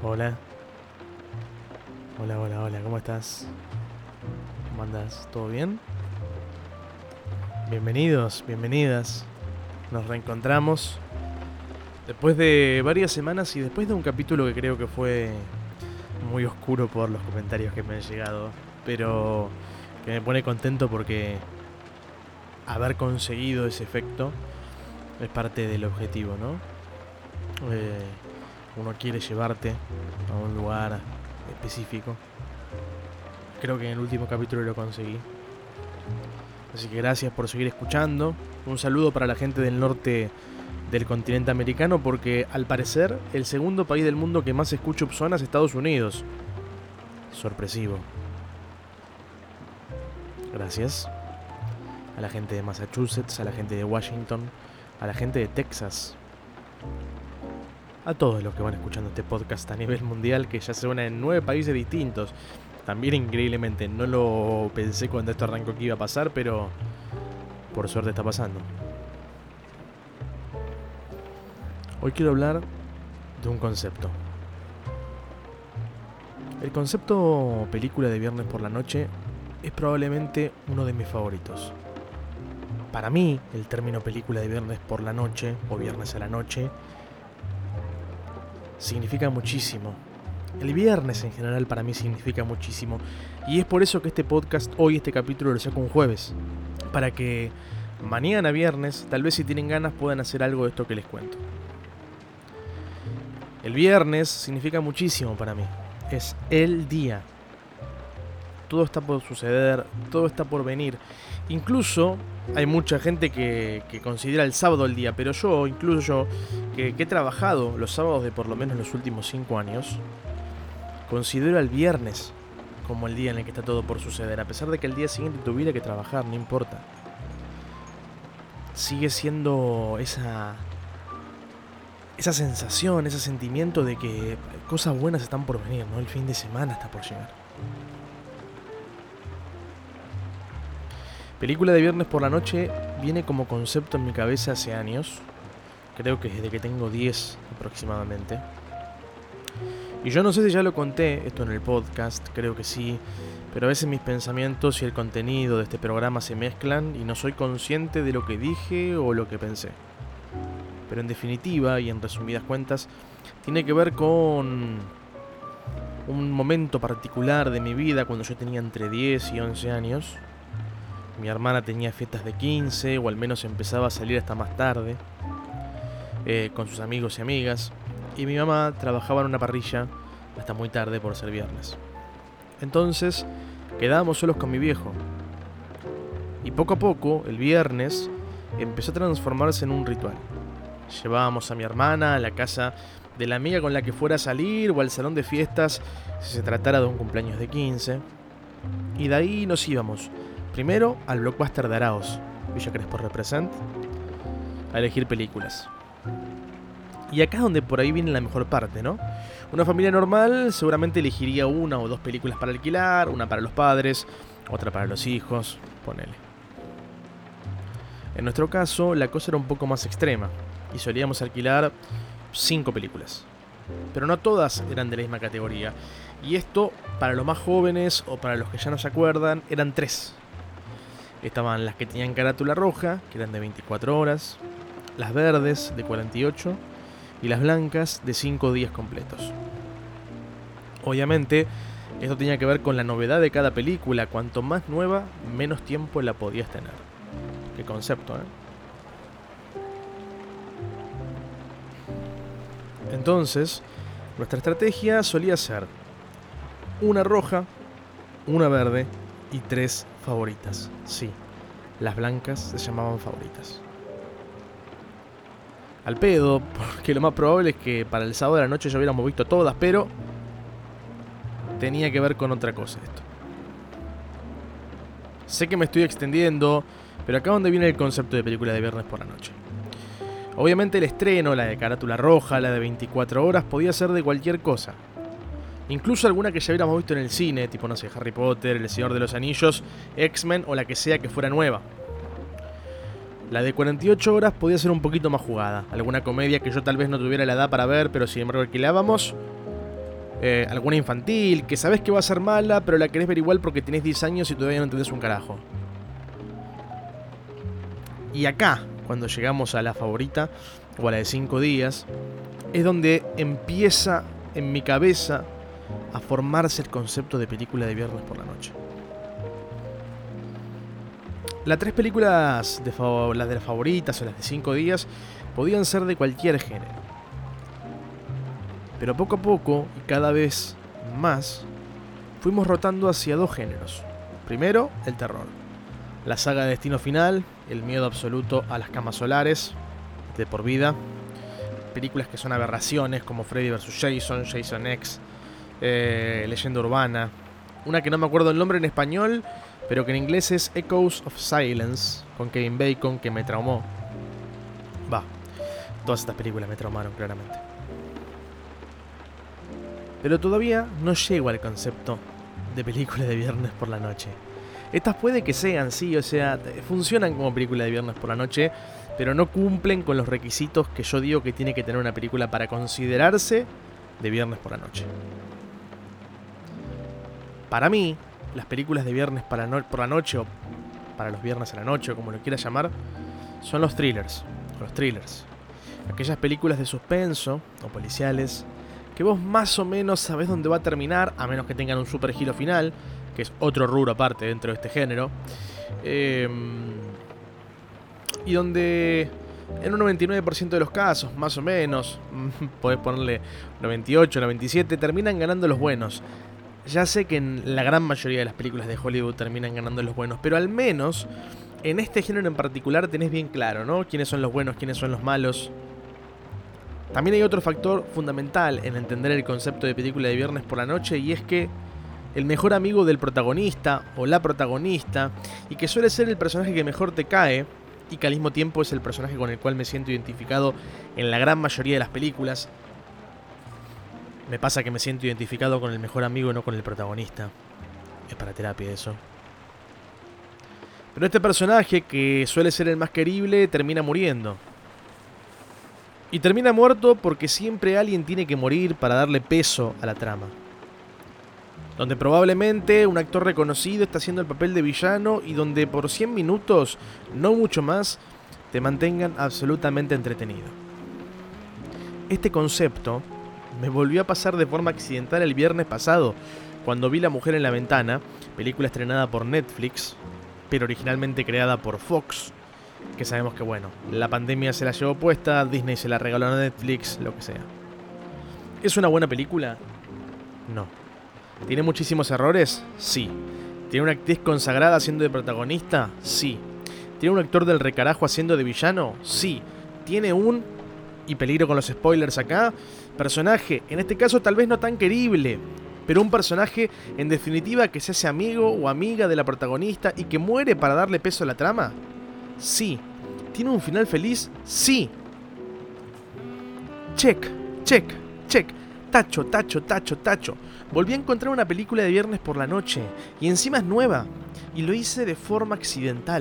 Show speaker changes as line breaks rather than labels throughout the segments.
Hola, hola, ¿cómo estás? ¿Cómo andás? ¿Todo bien? Bienvenidos, bienvenidas. Nos reencontramos después de varias semanas y después de un capítulo que creo que fue muy oscuro por los comentarios que me han llegado, pero que me pone contento porque haber conseguido ese efecto es parte del objetivo, ¿no? Eh, Uno quiere llevarte a un lugar específico. Creo que en el último capítulo lo conseguí. Así que gracias por seguir escuchando. Un saludo para la gente del norte del continente americano, porque al parecer el segundo país del mundo que más escucha Upzona es Estados Unidos. Sorpresivo. Gracias. A la gente de Massachusetts, a la gente de Washington, a la gente de Texas. A todos los que van escuchando este podcast a nivel mundial, que ya se suena en 9 países distintos. También increíblemente, no lo pensé cuando esto arrancó que iba a pasar, pero por suerte está pasando. Hoy quiero hablar de un concepto. El concepto película de viernes por la noche es probablemente uno de mis favoritos. Para mí, el término película de viernes por la noche o viernes a la noche significa muchísimo. El viernes en general para mí significa muchísimo. Y es por eso que este podcast, hoy este capítulo lo saco un jueves. Para que mañana viernes, tal vez si tienen ganas, puedan hacer algo de esto que les cuento. El viernes significa muchísimo para mí. Es el día. Todo está por suceder, todo está por venir. Incluso hay mucha gente que considera el sábado el día, pero incluso yo, que he trabajado los sábados de por lo menos los últimos 5 años, considero el viernes como el día en el que está todo por suceder. A pesar de que el día siguiente tuviera que trabajar, no importa. Sigue siendo esa sensación, ese sentimiento de que cosas buenas están por venir, ¿no? El fin de semana está por llegar. Película de viernes por la noche viene como concepto en mi cabeza hace años. Creo que desde que tengo 10 aproximadamente. Y yo no sé si ya lo conté esto en el podcast, creo que sí, pero a veces mis pensamientos y el contenido de este programa se mezclan y no soy consciente de lo que dije o lo que pensé. Pero en definitiva, y en resumidas cuentas, tiene que ver con un momento particular de mi vida cuando yo tenía entre 10 y 11 años. Mi hermana tenía fiestas de 15, o al menos empezaba a salir hasta más tarde, con sus amigos y amigas. Y mi mamá trabajaba en una parrilla hasta muy tarde por ser viernes. Entonces, quedábamos solos con mi viejo. Y poco a poco, el viernes, empezó a transformarse en un ritual. Llevábamos a mi hermana a la casa de la amiga con la que fuera a salir o al salón de fiestas si se tratara de un cumpleaños de 15. Y de ahí nos íbamos. Primero al Blockbuster de Araos, Villa Crespo Represent, a elegir películas. Y acá es donde por ahí viene la mejor parte, ¿no? Una familia normal seguramente elegiría 1 o 2 películas para alquilar, una para los padres, otra para los hijos, ponele. En nuestro caso, la cosa era un poco más extrema, y solíamos alquilar 5 películas. Pero no todas eran de la misma categoría, y esto, para los más jóvenes o para los que ya no se acuerdan, eran 3. Estaban las que tenían carátula roja, que eran de 24 horas, las verdes de 48 y las blancas de 5 días completos. Obviamente, esto tenía que ver con la novedad de cada película. Cuanto más nueva, menos tiempo la podías tener. Qué concepto, ¿eh? Entonces, nuestra estrategia solía ser una roja, una verde y 3 favoritas. Sí, las blancas se llamaban favoritas. Al pedo, porque lo más probable es que para el sábado de la noche ya hubiéramos visto todas, pero tenía que ver con otra cosa esto. Sé que me estoy extendiendo, pero acá es donde viene el concepto de película de viernes por la noche. Obviamente el estreno, la de carátula roja, la de 24 horas, podía ser de cualquier cosa. Incluso alguna que ya hubiéramos visto en el cine, tipo, no sé, Harry Potter, El Señor de los Anillos, X-Men o la que sea que fuera nueva. La de 48 horas podía ser un poquito más jugada. Alguna comedia que yo tal vez no tuviera la edad para ver, pero sin embargo alquilábamos. alguna infantil, que sabes que va a ser mala, pero la querés ver igual porque tenés 10 años y todavía no entendés un carajo. Y acá, cuando llegamos a la favorita, o a la de 5 días, es donde empieza en mi cabeza a formarse el concepto de película de viernes por la noche. Las 3 películas, las de las favoritas o las de 5 días, podían ser de cualquier género. Pero poco a poco, y cada vez más, fuimos rotando hacia 2 géneros. Primero, el terror. La saga de Destino Final, el miedo absoluto a las camas solares, de por vida. Películas que son aberraciones como Freddy vs. Jason, Jason X, Leyenda Urbana. Una que no me acuerdo el nombre en español, pero que en inglés es Echoes of Silence, con Kevin Bacon, que me traumó. Todas estas películas me traumaron, claramente. Pero todavía no llego al concepto de película de viernes por la noche. Estas puede que sean, sí, o sea, funcionan como película de viernes por la noche, pero no cumplen con los requisitos que yo digo que tiene que tener una película para considerarse de viernes por la noche. Para mí, las películas de viernes por la noche, o para los viernes a la noche, o como lo quieras llamar, son los thrillers. Aquellas películas de suspenso o policiales que vos más o menos sabés dónde va a terminar, a menos que tengan un super giro final, que es otro rubro aparte dentro de este género. Y donde en un 99% de los casos, más o menos, podés ponerle 98, 97, terminan ganando los buenos. Ya sé que en la gran mayoría de las películas de Hollywood terminan ganando los buenos, pero al menos en este género en particular tenés bien claro, ¿no? Quiénes son los buenos, quiénes son los malos. También hay otro factor fundamental en entender el concepto de película de viernes por la noche, y es que el mejor amigo del protagonista o la protagonista, y que suele ser el personaje que mejor te cae, y que al mismo tiempo es el personaje con el cual me siento identificado en la gran mayoría de las películas. Me pasa que me siento identificado con el mejor amigo y no con el protagonista. Es para terapia eso. Pero este personaje, que suele ser el más querible, termina muriendo. Y termina muerto porque siempre alguien tiene que morir para darle peso a la trama. Donde probablemente un actor reconocido está haciendo el papel de villano, y donde por 100 minutos, no mucho más, te mantengan absolutamente entretenido. Este concepto me volvió a pasar de forma accidental el viernes pasado, cuando vi La mujer en la ventana, película estrenada por Netflix, pero originalmente creada por Fox, que sabemos que, bueno, la pandemia se la llevó puesta, Disney se la regaló a Netflix, lo que sea. ¿Es una buena película? No. ¿Tiene muchísimos errores? Sí. ¿Tiene una actriz consagrada haciendo de protagonista? Sí. ¿Tiene un actor del recarajo haciendo de villano? Sí. ¿Tiene un, y peligro con los spoilers acá, personaje, en este caso tal vez no tan querible, pero un personaje en definitiva que se hace amigo o amiga de la protagonista y que muere para darle peso a la trama? Sí. ¿Tiene un final feliz? Sí. Check, check, check. Tacho, tacho, tacho, tacho. Volví a encontrar una película de viernes por la noche, y encima es nueva, y lo hice de forma accidental.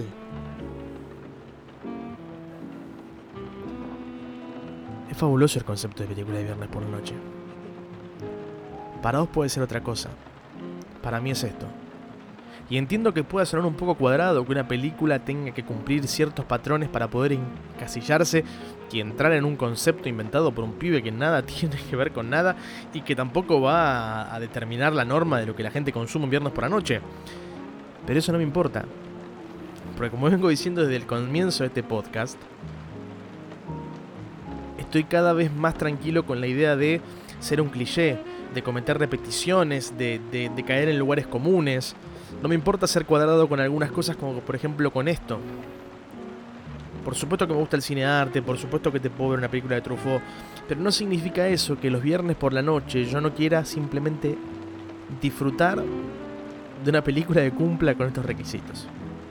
Es fabuloso el concepto de película de viernes por la noche. Para vos puede ser otra cosa. Para mí es esto. Y entiendo que pueda sonar un poco cuadrado que una película tenga que cumplir ciertos patrones para poder encasillarse y entrar en un concepto inventado por un pibe que nada tiene que ver con nada, y que tampoco va a determinar la norma de lo que la gente consume un viernes por la noche. Pero eso no me importa. Porque como vengo diciendo desde el comienzo de este podcast, estoy cada vez más tranquilo con la idea de ser un cliché, de cometer repeticiones, de caer en lugares comunes. No me importa ser cuadrado con algunas cosas, como por ejemplo con esto. Por supuesto que me gusta el cine arte, por supuesto que te puedo ver una película de Truffaut, pero no significa eso que los viernes por la noche yo no quiera simplemente disfrutar de una película que cumpla con estos requisitos.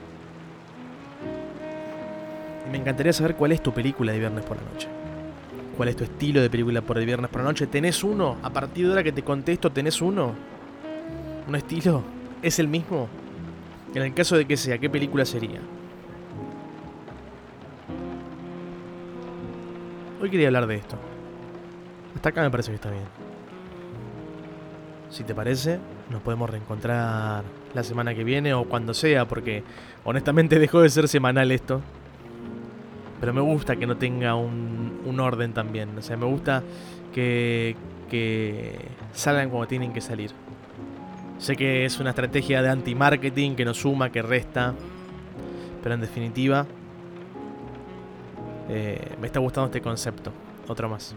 Y me encantaría saber cuál es tu película de viernes por la noche. ¿Cuál es tu estilo de película por el viernes por la noche? ¿Tenés uno? A partir de ahora que te contesto, ¿tenés uno? ¿Un estilo? ¿Es el mismo? En el caso de que sea, ¿qué película sería? Hoy quería hablar de esto. Hasta acá me parece que está bien. Si te parece, nos podemos reencontrar la semana que viene o cuando sea, porque honestamente dejó de ser semanal esto. Pero me gusta que no tenga un orden también. O sea, me gusta que salgan cuando tienen que salir. Sé que es una estrategia de anti-marketing que no suma, que resta. Pero en definitiva, me está gustando este concepto. Otro más.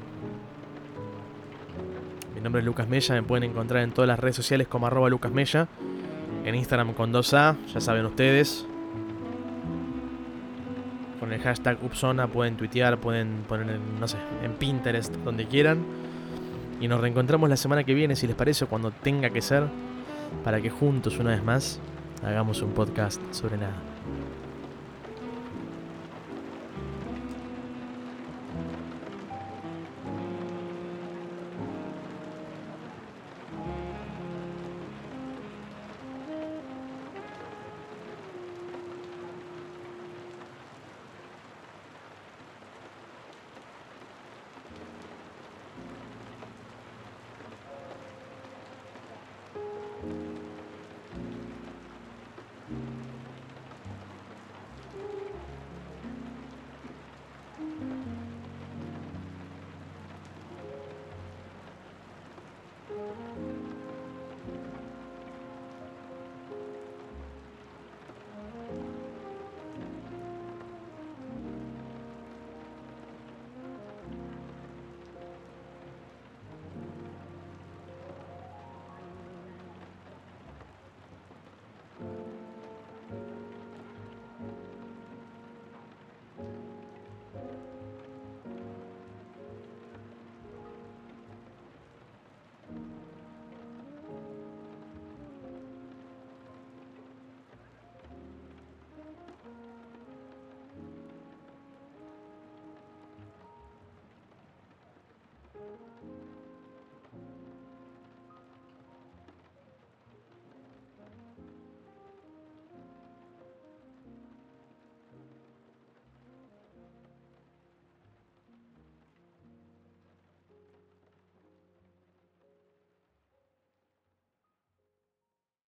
Mi nombre es Lucas Mella, me pueden encontrar en todas las redes sociales como @lucasmella. En Instagram con 2A, ya saben ustedes. Con el hashtag Upzona pueden tuitear, pueden poner en Pinterest, donde quieran. Y nos reencontramos la semana que viene, si les parece, o cuando tenga que ser, para que juntos, una vez más, hagamos un podcast sobre nada.